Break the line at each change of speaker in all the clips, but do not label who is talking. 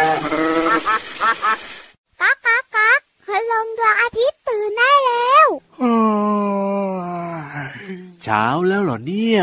ก๊ากก๊ากก๊ากพลังดวงอาทิตย์ตื่นได้แล้ว
เช้าแล้วเหรอเนี่ย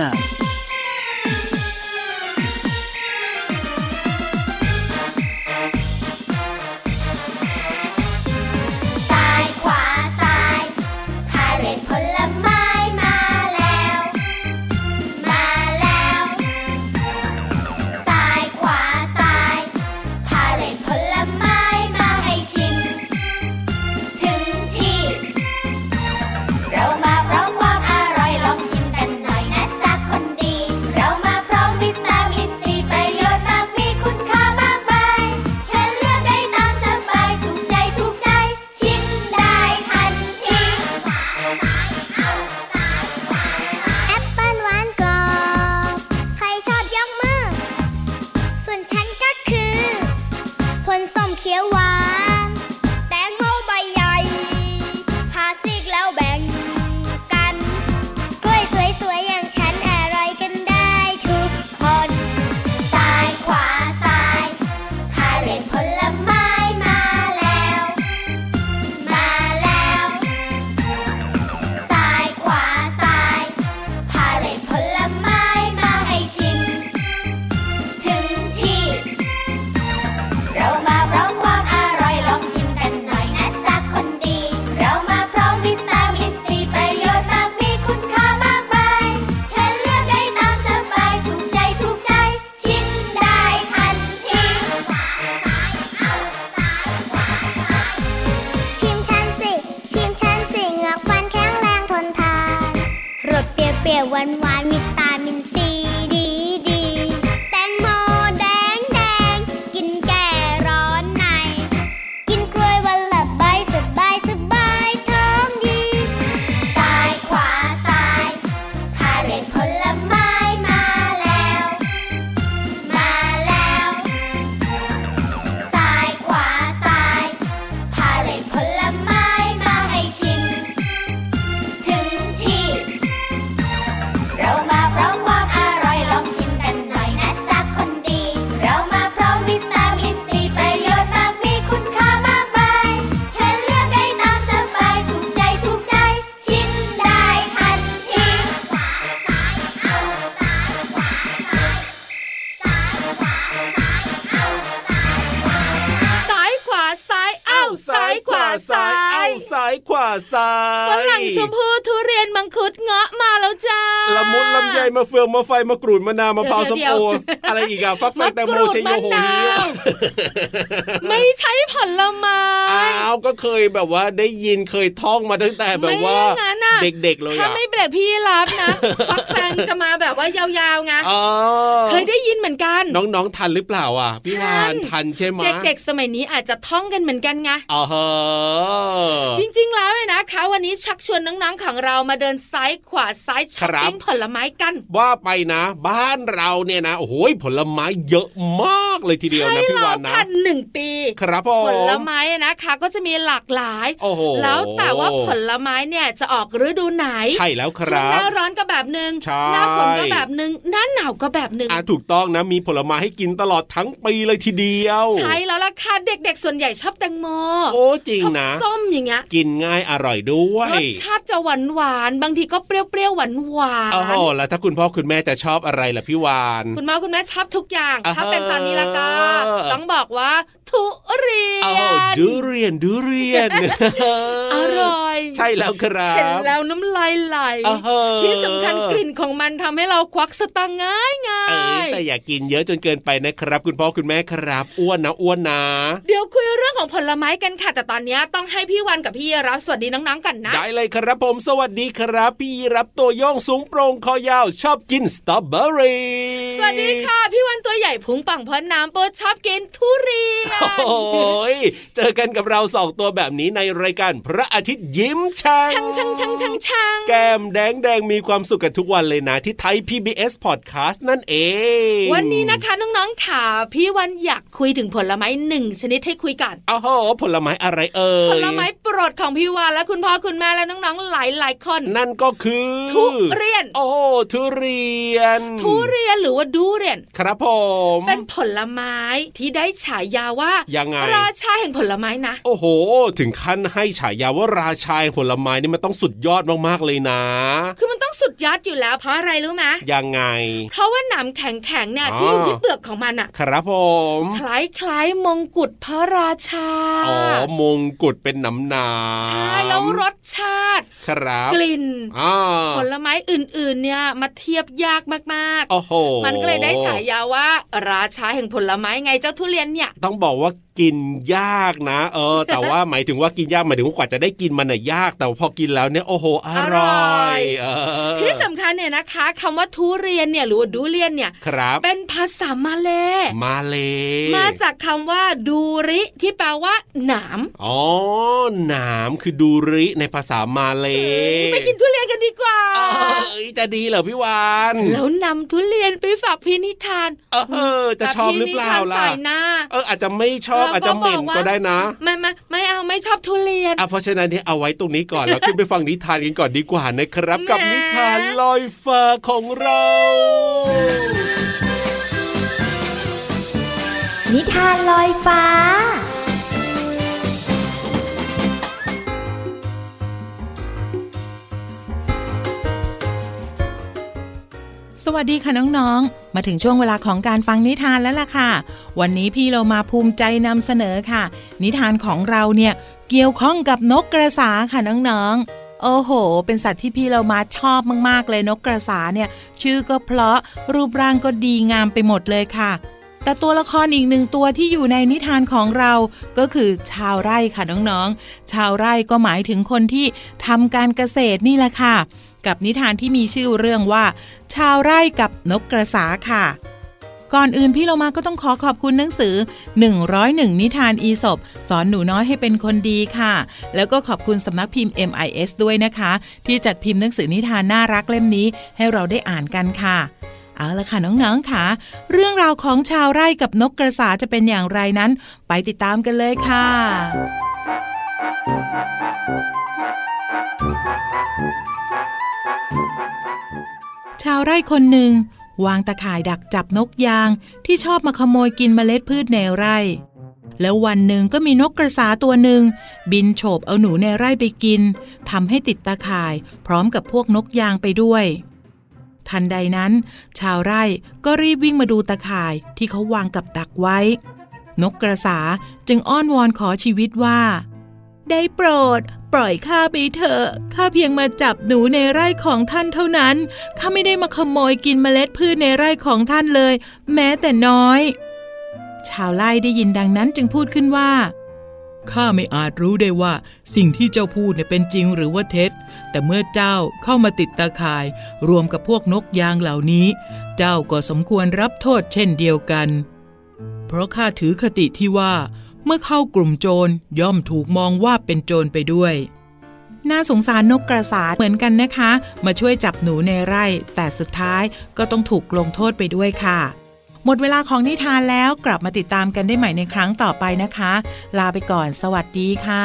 หวานหวานวิตามินซีดีดีแตงโมแดงแดงกินแก้ร้อนในกินกล้วยวันละใบสบายสบายท้องดีซ้ายขวาซ้ายพาเล่นผลไม้มาแล้วมาแล้วซ้ายขวาซ้ายพาเล่นผลไม้มาให้ชิมถึงที่เรามาพร้อมความอร่อยลองชิมกันหน่อยนะจ๊ะคนดีเรามาพร้อมวิตามินซีประโยชน์มากมีคุณค่ามากมายฉันเลือกได้ตามสบายถูกใจถูกใจชิมได้ทันที
ซ้ายขวาซ้ายเอ้าซ้ายขวาซ้าย
ซ้ายขวาซ้าย
ฝรั่งชมพู่ทุเรียนมังคุดเงาะมาแล้วจ้า
ละมุดลำไยมะเฟืองมะไฟมะกรูดมะนาวมะพร้าวส้มโออะไรอีกอะฟักแฟงแตงโมชัยโยโหฮิ
ไม่ใช่ผลไม้
อ้าวก็เคยแบบว่าได้ยินเคยท่องมาตั้งแต่แบบว่าเด็กๆเลย
ถ้าไม่เบรกพี่รับนะฟักแฟงจะมาแบบว่ายาวๆไงเคยได้ยินเหมือนกัน
น้องๆทันหรือเปล่าอ่ะพี่วานทันใช่ไหม
เด็กๆสมัยนี้อาจจะท่องกันเหมือนกันไง
อ๋อ
จริงๆแล้วเนี่ยนะคะวันนี้ชักชวนน้องๆของเรามาเดินซ้ายขวาซ้ายช้อปปิ้งผลไม้กัน
ว่าไปนะบ้านเราเนี่ยนะโอ้โหผลไม้เยอะมากเลยทีเดียวนะพี่วานนะ
1 ปี
ครับผม
ผลไม้นะคะก็จะมีหลากหลายแล้วแต่ว่าผลไม้เนี่ยจะออกฤดูไหน
ใช่แล้วครับ
หน้าร้อนก็แบบนึงหน้าฝนก็แบบนึงหน้าหนาวก็แบบนึง
ถูกต้องนะมีผลไม้ให้กินตลอดทั้งปีเลยทีเดียว
ใช่แล้วล่ะค่ะเด็กๆส่วนใหญ่ชอบแตงโม
โอ้จริงนะ
ชอบส้มอย่างเงี้ย
กินง่ายอร่อยด้วย
รสชาติจะหวานบางทีก็เปรี้ยวๆหวาน
โอ้โหแล้วถ้าคุณพ่อคุณแม่จะชอบอะไรล่ะพี่วาน
คุณพ่อคุณแม่ชอบทุกอย่างถ้าเป็นตอนนี้แล้วก็ต้องบอกว่าทุเรียน
ดูเรียน
อร่อย
ใช่แล้วครับ
เห็นแล้วน้ำลายไหลที่สำคัญกลิ่นของมันทำให้เราควักสตางค์ง่าย
แต่อย่ากินเยอะจนเกินไปนะครับคุณพ่อคุณแม่ครับอ้วนนะ
เดี๋ยวคุยเรื่องของผลไม้กันค่ะแต่ตอนนี้ต้องให้พี่วันกับพี่รับสวัสดีน้องๆกันนะ
ได้เลยครับผมสวัสดีครับพี่รับตัวโยงสูงโปร่งคอยาวชอบกินสตรอเบอรี่
สวัสดีค่ะพี่วันตัวใหญ่พุงปังพอน้ำโปชอบกินทุเรียน
เจอกันกับเรา2ตัวแบบนี้ในรายการพระอาทิตย์ยิ้มช่างแก้มแดงมีความสุขกันทุกวันเลยนะที่ไทย PBS Podcast นั่นเอง
วันนี้นะคะน้องๆค่ะพี่วันอยากคุยถึงผลไม้1ชนิดให้คุยกัน
โอ้โหผลไม้อะไรเอ่ย
ผลไม้โปรดของพี่วันและคุณพ่อคุณแม่และน้องๆหลายๆคน
นั่นก็คือ
ทุเรียน
โอ้ทุเรียน
หรือว่าดูเรียน
ครับผม
เป็นผลไม้ที่ได้ฉายาว่า
ยังไง
ราชาแห่งผลไม้นะ
โอ้โหถึงขั้นให้ฉายาว่าราชาแห่งผลไม้นี่มันต้องสุดยอดมากๆเลยนะ
คือมันต้องสุดยอดอยู่แล้วเพราะอะไรรู้ไหม
ยังไง
เพราะว่าหนามแข็งๆเนี่ยที่อยู่ที่เปลือกของมันอ่ะ
ครับผม
คล้ายมงกุฎพระราชา
อ๋อมงกุฎเป็นหนาม
ใช่แล้วรสชาติ
ครับ
กลิ่นผลไม้อื่นๆเนี่ยมาเทียบยากมาก
ๆโอ้โห
มันก็เลยได้ฉายาว่าราชาแห่งผลไม้ไงเจ้าทุเรียนเนี่ย
ต้องบอกว่ากินยากนะแต่ว่าหมายถึงว่ากินยากหมายถึงว่ากว่าจะได้กินมันน่ะยากแต่พอกินแล้วเนี่ยโอ้โหอร่อย
ที่สำคัญเนี่ยนะคะคำว่าทุเรียนเนี่ยหรือว่าดูเรียนเนี่ยเป็นภาษามาเลมาจากคำว่าดูริที่แปลว่าหนาม
อ๋อหนามคือดูริในภาษามาเล
ไปกินทุเรียนกันดีกว่า
จะดีเหรอพี่วาน
แล้วนำทุเรียนไปฝากพี่นิทาน
จะชอบหรือเปล่าล่ะอาจจะไม่ชอบอาจจะเหม็นก็ได้นะ
ไม่เอาไม่ชอบทุเรียน
เพราะฉะนั้นเนี่ยเอาไว้ตรงนี้ก่อนแล้วขึ้นไปฟังนิทานกันก่อนดีกว่านะครับกับนิทานลอยฟ้าของเรา
นิทานลอยฟ้าสวัสดีค่ะน้องๆมาถึงช่วงเวลาของการฟังนิทานแล้วล่ะค่ะวันนี้พี่เรามาภูมิใจนำเสนอค่ะนิทานของเราเนี่ยเกี่ยวข้องกับนกกระสาค่ะน้องๆโอ้โหเป็นสัตว์ที่พี่เรามาชอบมากๆเลยนกกระสาเนี่ยชื่อก็เพราะรูปร่างก็ดีงามไปหมดเลยค่ะแต่ตัวละครอีกหนึ่งตัวที่อยู่ในนิทานของเราก็คือชาวไร่ค่ะน้องๆชาวไร่ก็หมายถึงคนที่ทำการเกษตรนี่แหละค่ะกับนิทานที่มีชื่อเรื่องว่าชาวไร่กับนกกระสาค่ะก่อนอื่นพี่เรามาก็ต้องขอบคุณหนังสือ101นิทานอีสปสอนหนูน้อยให้เป็นคนดีค่ะแล้วก็ขอบคุณสำนักพิมพ์ MIS ด้วยนะคะที่จัดพิมพ์หนังสือนิทานน่ารักเล่มนี้ให้เราได้อ่านกันค่ะเอาล่ะค่ะน้องๆค่ะเรื่องราวของชาวไร่กับนกกระสาจะเป็นอย่างไรนั้นไปติดตามกันเลยค่ะชาวไร่คนหนึ่งวางตะข่ายดักจับนกยางที่ชอบมาขโมยกินเมล็ดพืชในไร่แล้ววันหนึ่งก็มีนกกระสาตัวหนึ่งบินโฉบเอาหนูในไร่ไปกินทำให้ติดตะข่ายพร้อมกับพวกนกยางไปด้วยทันใดนั้นชาวไร่ก็รีบวิ่งมาดูตะข่ายที่เขาวางกับดักไว้นกกระสาจึงอ้อนวอนขอชีวิตว่าได้โปรดปล่อยข้าไปเถอะข้าเพียงมาจับหนูในไร่ของท่านเท่านั้นข้าไม่ได้มาขโมยกินเมล็ดพืชในไร่ของท่านเลยแม้แต่น้อยชาวไร่ได้ยินดังนั้นจึงพูดขึ้นว่าข้าไม่อาจรู้ได้ว่าสิ่งที่เจ้าพูดเป็นจริงหรือว่าเท็จแต่เมื่อเจ้าเข้ามาติดตาข่ายรวมกับพวกนกยางเหล่านี้เจ้าก็สมควรรับโทษเช่นเดียวกันเพราะข้าถือคติที่ว่าเมื่อเข้ากลุ่มโจรย่อมถูกมองว่าเป็นโจรไปด้วยน่าสงสารนกกระสาเหมือนกันนะคะมาช่วยจับหนูในไร่แต่สุดท้ายก็ต้องถูกลงโทษไปด้วยค่ะหมดเวลาของนิทานแล้วกลับมาติดตามกันได้ใหม่ในครั้งต่อไปนะคะลาไปก่อนสวัสดีค่ะ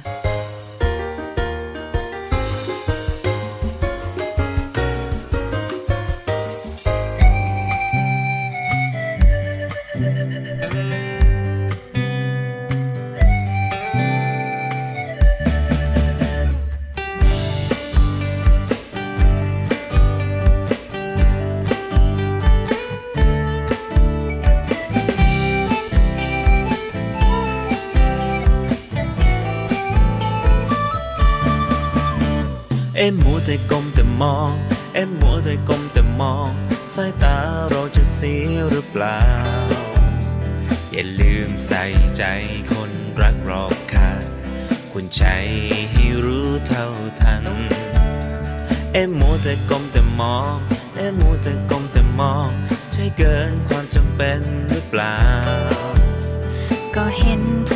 มัวแต่ก้มแต่มองมัวแต่ก้มแต่มองสายตาเราจะเสียหรือเปล่าอย่าลืมใส่ใจคนรักรอบข้างคุณใจให้รู้เท่าทันมัวแต่ก้มแต่มองมัวแต่ก้มแต่มองใช่เกินความจำเป็นหรือเปล่า
ก็เห็นผ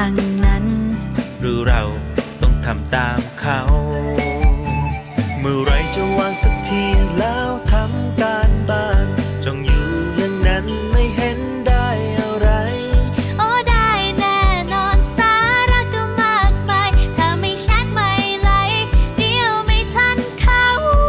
างนั้น
หรือเราต้องทำตามเขาเมื่อไรจะวางสักทีแล้วทำการบ้านจ้องอยู่อย่างนั้นไม่เห็นได้อะไร
โอ้ได้แน่นอนสาระก็มากมายถ้าไม่แชทไม่ไลค์เดี๋ยวไม่ทันเขา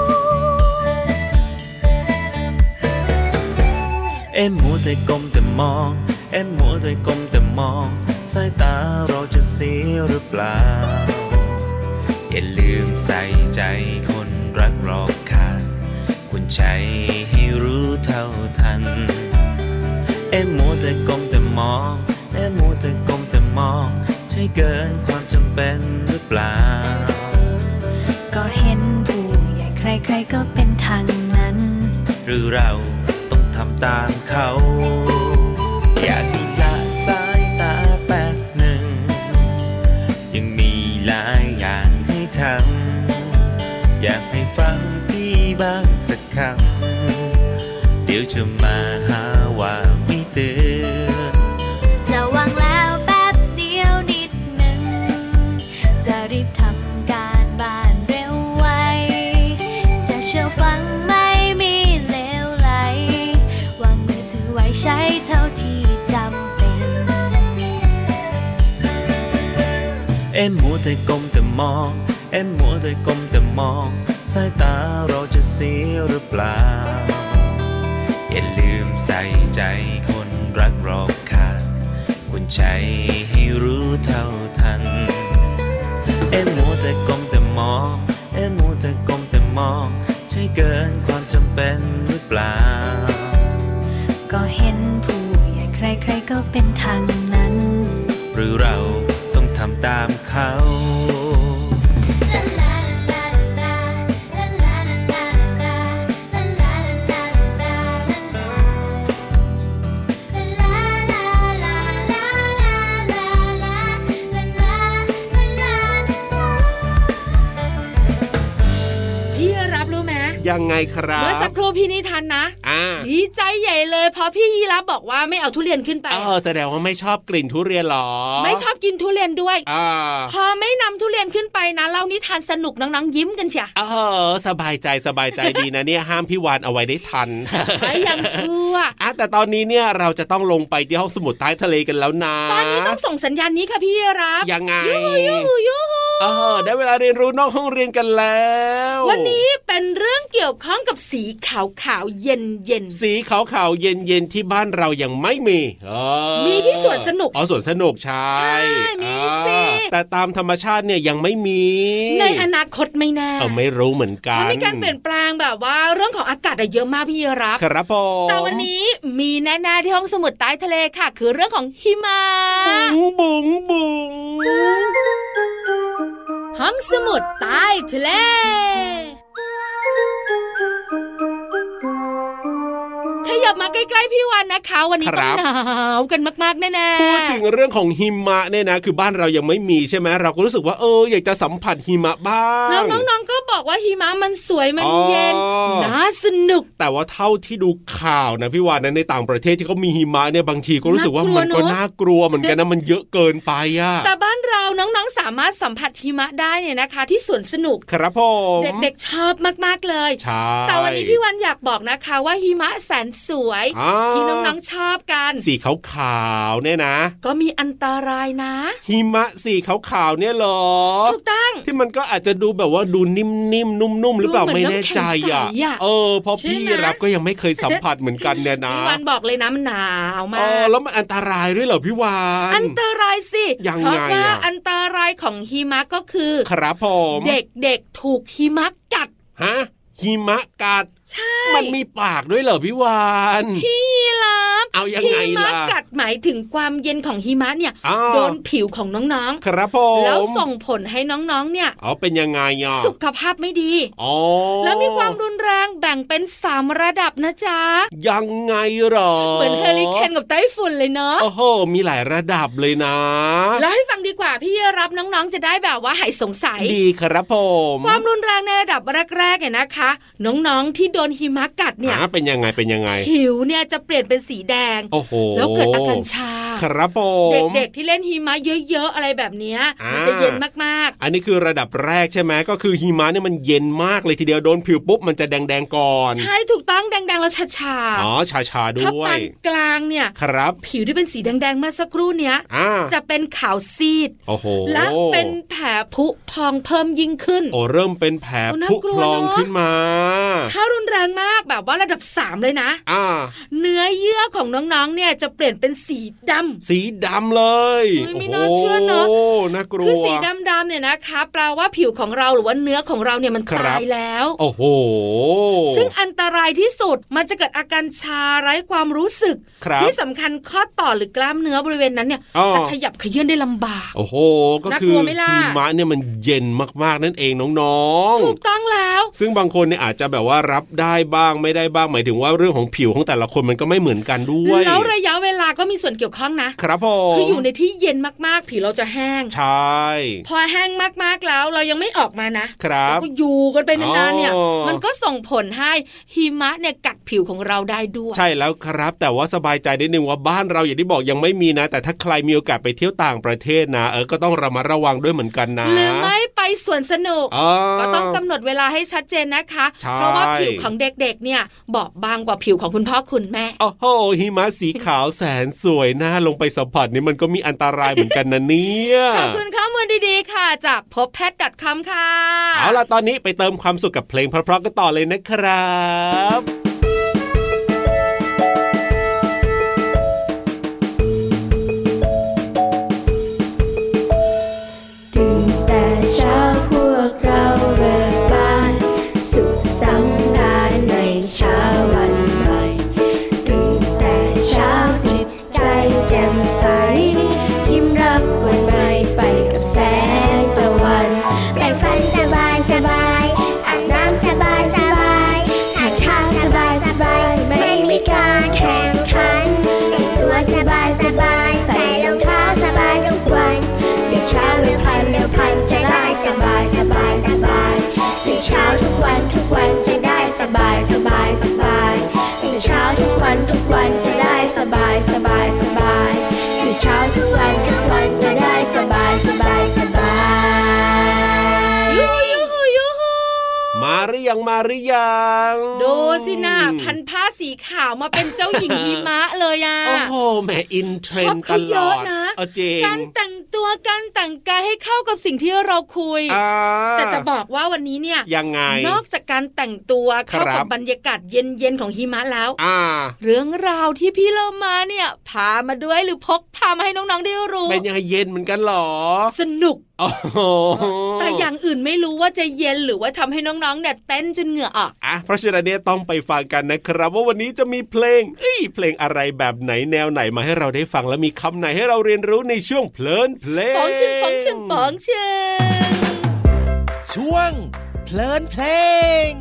มัวแต่ก้มแต่มองมัวแต่ก้มแต่มองสายตาเราจะเสียหรือเปล่าอย่าลืมใส่ใจคนรักรอบข้างคุณใจให้รู้เท่าทันมัวแต่ก้มแต่มองมัวแต่ก้มแต่มองใช่เกินความจำเป็นหรือเปล่า
ก็เห็นผู้ใหญ่ใครๆก็เป็นทางนั้น
หรือเราต้องทำตามเขาอยากให้ละสายตาแป๊บหนึ่งยังมีหลายอย่างให้ทำอยากให้ฟังพี่บ้างสักคำเดี๋ยวจะมาหาว่าไม่เตือน
จะวางแล้วแป๊บเดียวนิดหนึ่งจะรีบทำการบ้านเร็วไวจะเชื่อฟังไม่มีเลวไหลวางมือถือไว้ใช้เท่าที่จำเป็น
มัวแต่ก้มแต่มองมัวแต่ก้มแต่มองสายตาเราจะเสียหรือเปล่าอย่าลืมใส่ใจคนรักรอบข้างคุณใจให้รู้เท่าทันมัวแต่ก้มแต่มองมัวแต่ก้มแต่มองใช่เกินความจำเป็นหรือเปล่า
ก็เห็นผู้ใหญ่ใครๆก็เป็นทางนั้น
หรือเราต้องทำตามเขา
ยังไงครับ
เมื่อสักครู่พี่นิทานนะดีใจใหญ่เลยเพราะพี่ยีราฟบอกว่าไม่เอาทุเรียนขึ้นไป
แสดงว่าไม่ชอบกลิ่นทุเรียนหรอ
ไม่ชอบกินทุเรียนด้วยพอไม่นำทุเรียนขึ้นไปนะเล่านิทานสนุกน้องๆยิ้มกันเชีย
สบายใจดีนะเนี่ยห้ามพี่วานเอาไว้ได้ทัน
ไม่ยังชั่ว
แต่ตอนนี้เนี่ยเราจะต้องลงไปที่ห้องสมุดใต้ทะเลกันแล้วนะ
ตอนนี้ต้องส่งสัญญาณนี้ค่ะพี่ยีราฟ
ยังไง
ยู
ได้เวลาเรียนรู้นอกห้องเรียนกันแล้ว
วันนี้เป็นเรื่องเกี่ยวข้องกับสีขาวๆเย็น
สีขาวๆเย็นที่บ้านเรายังไม่มี
มีที่สวนสนุก
สวนสนุกใช่
มีสิ
แต่ตามธรรมชาติเนี่ยยังไม่มี
ในอนาคตไม่แน่
ไม่รู้เหมือนกัน
เพราะมีการเปลี่ยนแปลงแบบว่าเรื่องของอากาศเยอะมากพี่รับ
ครับผม
แต่วันนี้มีแน่ๆที่ห้องสมุดใต้ทะเลค่ะคือเรื่องของหิมะ
บุ๋ง
ห้องสมุดใต้ทะเลขยับมาใกล้ๆพี่วันนะคะวันนี้ต้องหนาวกันมากๆแน่
ๆพูดถึงเรื่องของหิมะเนี่ยนะคือบ้านเรายังไม่มีใช่ไหมเราก็รู้สึกว่าอยากจะสัมผัสหิมะบ้าง
แล้วน้องๆก็บอกว่าหิมะมันสวยมันเย็นน่าสนุก
แต่ว่าเท่าที่ดูข่าวนะพี่วันนะในต่างประเทศที่เขามีหิมะเนี่ยบางทีก็รู้สึกว่ามันก็น่ากลัวเหมือนกันนะมันเยอะเกินไป
แต่บ้านเราน้องๆสามารถสัมผัสหิมะได้เนี่ยนะคะที่สวนสนุก
ครับผม
เด็กๆชอบมากๆเลยแต่วันนี้พี่วันอยากบอกนะคะว่าหิมะแสนสวยที่น้องๆชอบกัน
สีขาวๆเนี่ยนะ
ก็มีอันตรายนะ
หิมะสีขาวๆเนี่ยหรอ
ถูกต้อง
ที่มันก็อาจจะดูแบบว่าดูนิ่มๆนุ่มๆหรือเปล่าไม่แน่ใจเพราะพี่รับก็ยังไม่เคยสัมผัสเหมือนกันเนี่ยนะ
พี่วันบอกเลยนะมันหนาวมาก
แล้วมันอันตรายด้วยเหรอพี่วาน
อันตรายสิ
ยังไง
เพราะว่าอันตรายของหิมะก็คือ
ครับผม
เด็กๆถูกหิมะกัด
หิมะกัดมันมีปากด้วยเหรอพี่วาน
พี่ลับ
เอายังไงล่ะ
หิมะกัดหมายถึงความเย็นของหิมะเนี่ยโดนผิวของน้อง
ๆครับผม
แล้วส่งผลให้น้องๆเนี่ย
เป็นยังไง
สุขภาพไม่ดีแล้วมีความรุนแรงแบ่งเป็น3ระดับนะจ๊ะ
ยังไงหรอ
เหมือนเฮอริเคนกับไต้ฝุ่นเลยเนาะ
มีหลายระดับเลยนะ
แล้วให้ฟังดีกว่าพี่รับน้องๆจะได้แบบว่าหายสงสัย
ดีครับผม
ความรุนแรงในระดับแรกๆเนี่ยนะคะน้องๆที่โดนหิมะกัดเนี่ย
เป็นยังไง
ผิวเนี่ยจะเปลี่ยนเป็นสีแดงแล้วเกิดอาการชา
ครับผม
เด็กๆที่เล่นหิมะเยอะๆอะไรแบบนี้มันจะเย็นมาก
ๆอันนี้คือระดับแรกใช่ไหมก็คือหิมะเนี่ยมันเย็นมากเลยทีเดียวโดนผิวปุ๊บมันจะแดงๆก่อน
ใช่ถูกต้องแดงๆแล้วชา
อ๋อชาด้วย
ถ้าปานกลางเนี่ย
ครับ
ผิวที่เป็นสีแดงๆเมื่อสักครู่เนี้ยจะเป็นขาวซีดและเป็นแผลผุพองเพิ่มยิ่งขึ้น
โอ้เริ่มเป็นแผลผุพองขึ้นมา
ถ้ารุนแรงมากแบบว่าระดับ3เลยนะเนื้อเยื่อของน้องๆเนี่ยจะเปลี่ยนเป็นสีด
ำเลย
ไม่น่าเชื่อเนอะ
น่ากลัว
คือสีดำเนี่ยนะคะแปลว่าผิวของเราหรือว่าเนื้อของเราเนี่ยมันตายแล้ว
โอ้โห
ซึ่งอันตรายที่สุดมันจะเกิดอาการชาไร้ความรู้สึกที่สำคัญข้อต่อหรือกล้ามเนื้อบริเวณนั้นเนี่ยจะขยับเขยื้อนได้ลำบาก
โอ้โหก็คือหิมะเนี่ยมันเย็นมากๆนั่นเองน้อง
ๆถูกต้องแล้ว
ซึ่งบางคนเนี่ยอาจจะแบบว่ารับได้บ้างไม่ได้บ้างหมายถึงว่าเรื่องของผิวของแต่ละคนมันก็ไม่เหมือนกันด้วย
แล้วระยะเวลาก็มีส่วนเกี่ยวข้องนะครับ
ผม
คืออยู่ในที่เย็นมากๆผิวเราจะแห้ง
ใช่
พอแห้งมากๆแล้วเรายังไม่ออกมา
นะครับ
ก็อยู่กันไปนานๆเนี่ยมันก็ส่งผลให้หิมะเนี่ยกัดผิวของเราได้ด้วย
ใช่แล้วครับแต่ว่าสบายใจนิดนึงว่าบ้านเราอย่างที่บอกยังไม่มีนะแต่ถ้าใครมีโอกาสไปเที่ยวต่างประเทศนะก็ต้องระมัดระวังด้วยเหมือนกันนะ
หรือไม่ไปสวนสนุกก็ต้องกำหนดเวลาให้ชัดเจนนะคะเพราะว่าผิวของเด็กๆเนี่ยบอบบางกว่าผิวของคุณพ่อคุณแม่
โอ้โหหิมะสีขาวแสนสวยน่าลงไปสัมผัสนี่มันก็มีอันตรายเหมือนกันนะเนี่ย
ขอบคุณข้อมูลดีๆค่ะจากพบแพทย์.com ค่ะ
เอาล่ะตอนนี้ไปเติมความสุขกับเพลงเพราะๆกันต่อเลยนะครับ
เช้าทุกวันจะได้สบายตื่นเช้าทุกวันจะได้สบายตื่นเช้าทุกวันจะได้สบาย
ยูฮูมาหรือยัง
ดูสินะพันผ้าสีขาวมาเป็นเจ้าหญิงหิมะเลยอ่ะ
โอ้โหแม่อินเทรนด์ตลอด
นะการแต่งตัวการแต่งกายให้เข้ากับสิ่งที่เราคุยแต่จะบอกว่าวันนี้เนี่ย
ยังไง
นอกจากการแต่งตัวเข้ากับบรรยากาศเย็นๆของหิมะแล้วเรื่องราวที่พี่เรามาเนี่ยพามาด้วยหรือพกพามาให้น้องๆได้รู้
เป็นยังไงเย็นเหมือนกันหรอ
สนุกแต่อย่างอื่นไม่รู้ว่าจะเย็นหรือว่าทำให้น้องๆเนี่ยเต้นจนเหงื่อออก
เพราะฉะนั้นเนี่ยต้องไปฟังกันนะครับว่าวันนี้จะมีเพลงอะไรแบบไหนแนวไหนมาให้เราได้ฟังและมีคำไหนให้เราเรียนรู้ในช่วงเพลินเพลง
ป๋องชึงป๋องชึงป๋องชึง
ช่วงเพลินเพลง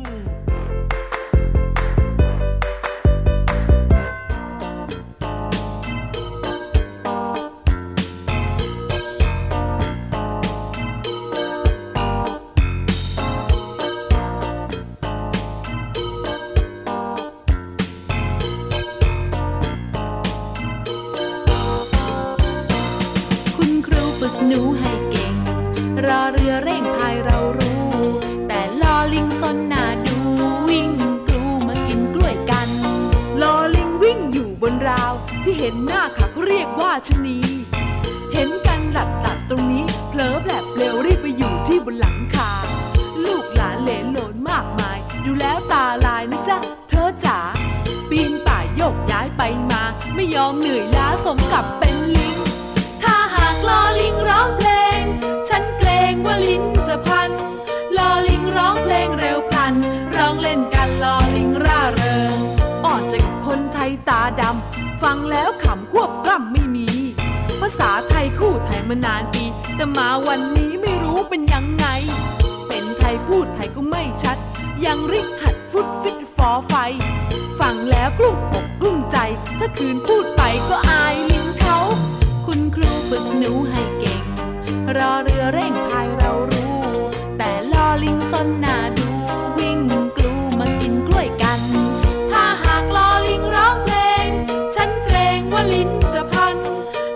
หนูให้เก่งรอเรือเร่งพายเรารู้แต่ลอลิงซนหน้าดูวิ่งกลูมากินกล้วยกันลอลิงวิ่งอยู่บนราวที่เห็นหน้าค่ะเขาเรียกว่าชะนีเห็นกันหลับตัดตรงนี้เผลอแบบเร็วรีบไปอยู่ที่บนหลังคาลูกหลานเหลนโหลนมากมายดูแล้วตาลายนะจ๊ะเธอจ๋าปีนป่ายโยกย้ายไปมาไม่ยอมเหนื่อยล้าสมกับเป็นลิงถ้าหากลอลิงร้องเพลงฉันเกรงว่าลิ้นจะพันลอลิงร้องเพลงเร็วพลันร้องเล่นกันลอลิงร่าเริงอ่อนจากคนไทยตาดำฟังแล้วขำควบกล้ำไม่มีภาษาไทยคู่ไทยมานานปีแต่มาวันนี้ไม่รู้เป็นยังไงเป็นไทยพูดไทยก็ไม่ชัดยังริกหัดฟุดฟิตฟอไฟฟังแล้วกลุ้มอกกลุ้มใจถ้าคืนพูดไปก็อายลิงเขาคุณครูฝึกหนูให้เก่งรอเรือเร่งพายเรารู้แต่ลอลิงซนหน้าดูวิ่งกลูมากินกล้วยกันถ้าหากลอลิงร้องเพลงฉันเกรงว่าลิ้นจะพัน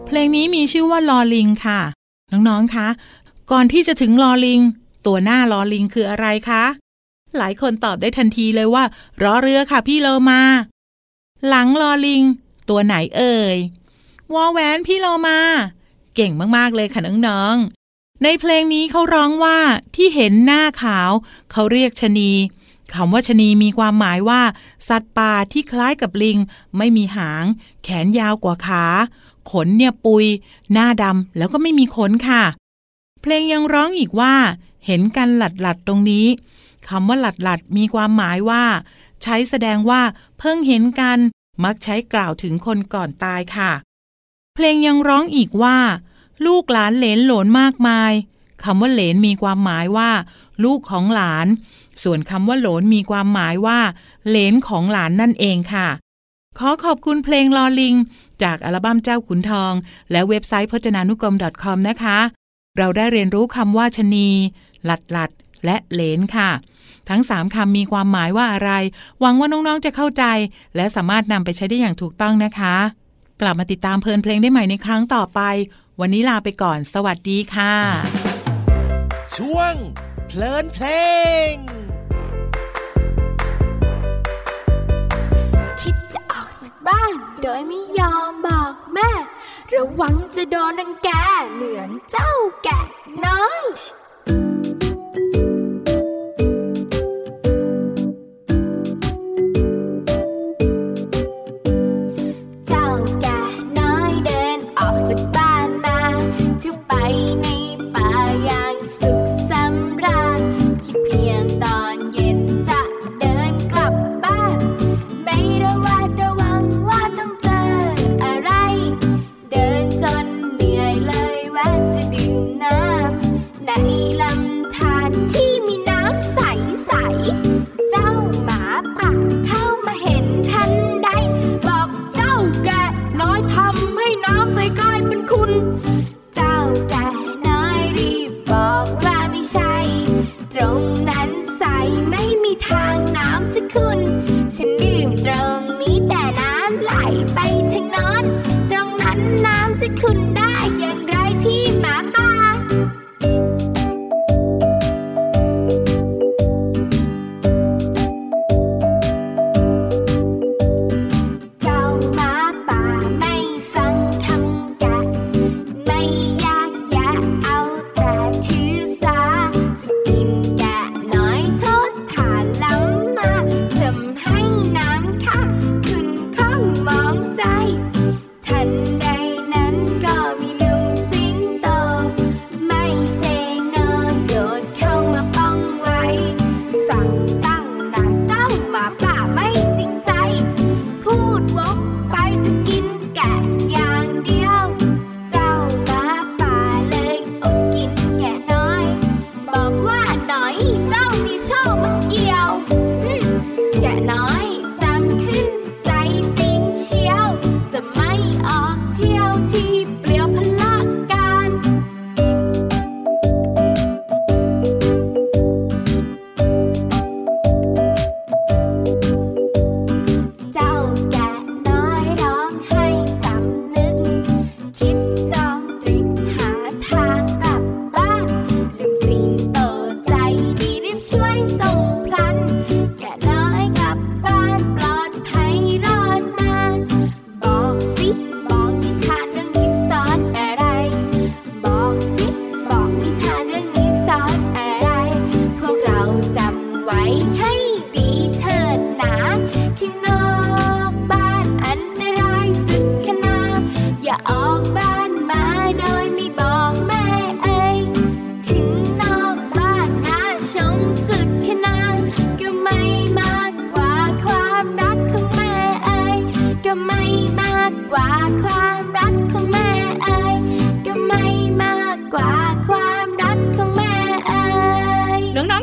เพลงนี้มีชื่อว่าลอลิงค่ะน้องๆคะก่อนที่จะถึงลอลิงตัวหน้าลอลิงคืออะไรคะหลายคนตอบได้ทันทีเลยว่ารอเรือค่ะพี่โลมาหลังลอลิงตัวไหนเอ่ยวอแหวนพี่โลมาเก่งมากๆเลยค่ะน้องๆในเพลงนี้เขาร้องว่าที่เห็นหน้าขาวเขาเรียกชะนีคำว่าชะนีมีความหมายว่าสัตว์ป่าที่คล้ายกับลิงไม่มีหางแขนยาวกว่าขาขนเนี่ยปุยหน้าดำแล้วก็ไม่มีขนค่ะเพลงยังร้องอีกว่าเห็นกันหลัดๆตรงนี้คำว่าหลัดๆมีความหมายว่าใช้แสดงว่าเพิ่งเห็นกันมักใช้กล่าวถึงคนก่อนตายค่ะเพลงยังร้องอีกว่าลูกหลานเหลนโหลนมากมายคำว่าเหลนมีความหมายว่าลูกของหลานส่วนคำว่าโหลนมีความหมายว่าเหลนของหลานนั่นเองค่ะขอขอบคุณเพลงลอลิงจากอัลบั้มเจ้าขุนทองและเว็บไซต์พจนานุกรม .com นะคะเราได้เรียนรู้คำว่าชะนีหลัดและเหลนค่ะทั้ง3คำมีความหมายว่าอะไรหวังว่าน้องๆจะเข้าใจและสามารถนำไปใช้ได้อย่างถูกต้องนะคะกลับมาติดตามเพลินเพลงได้ใหม่ในครั้งต่อไปวันนี้ลาไปก่อนสวัสดีค่ะ
ช่วงเพลินเพลง
คิดจะออกจากบ้านโดยไม่ยอมบอกแม่ระวังจะโดนรังแกเหมือนเจ้าแกะน้อยเจ้าแกะน้อยเดินออกจากบ้านมาเที่ยวไปในป่าอย่างสุขสำราญคิดเพียงตอนเย็นจะเดินกลับบ้านไม่ระวังว่าต้องเจออะไรเดินจนเหนื่อยเลยแวะจะดื่มน้ำใน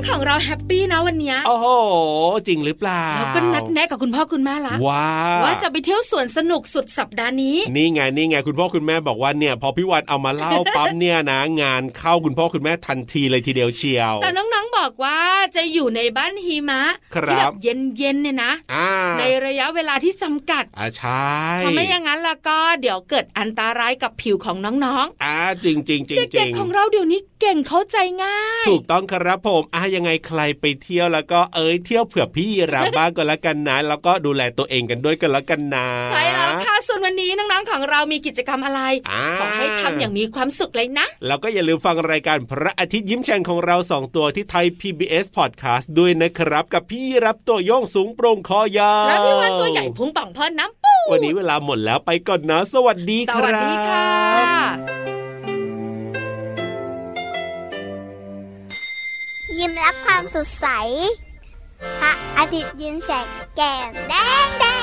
ๆของเราแฮปปี้นะวันนี้
โอ้โหจริงหรือเปล่า
แล้วก็นัดแนะกับคุณพ่อคุณแม่ละว่าจะไปเที่ยวสวนสนุกสุดสัปดาห์นี้
นี่ไงคุณพ่อคุณแม่บอกว่าเนี่ยพอพี่วันเอามาเล่าปั๊บเนี่ยนะงานเข้าคุณพ่อคุณแม่ทันทีเลยทีเดียวเชียว
แต่น้องๆบอกว่าจะอยู่ในบ้านหิมะที่แบบเย็นๆเนี่ยนะในระยะเวลาที่จำกัด
ใช่
เพราะไม่อย่างนั้นแล้วก็เดี๋ยวเกิดอันตรายกับผิวของน้อง
ๆจริงๆ
เด็กๆของเราเดี๋ยวนี้เก่งเข้าใจง่าย
ถูกต้องครับผมยังไงใครไปเที่ยวแล้วก็เที่ยวเผื่อพี่รับบ้างก็แล้วกันนะแล้วก็ดูแลตัวเองกันด้วยกันแล้วกันนะ
ใช่แล้วค่ะส่วนวันนี้น้องๆของเรามีกิจกรรมอะไรขอให้ทำอย่างมีความสุขเลยนะ
แล้วก็อย่าลืมฟังรายการพระอาทิตย์ยิ้มแฉ่งของเรา2ตัวที่ไทย PBS Podcast ด้วยนะครับกับพี่รับตัวโยงสูงโปร่งคอยาว
และพี่วันตัวใหญ่พุงป่องพอน้ำปู
วันนี้เวลาหมดแล้วไปก่อนนะสวัสดีครับ
สวัสดีค่ะ
ยิ้มรับความสดใสพระอาทิตย์ยิ้มแฉกแก้มแดง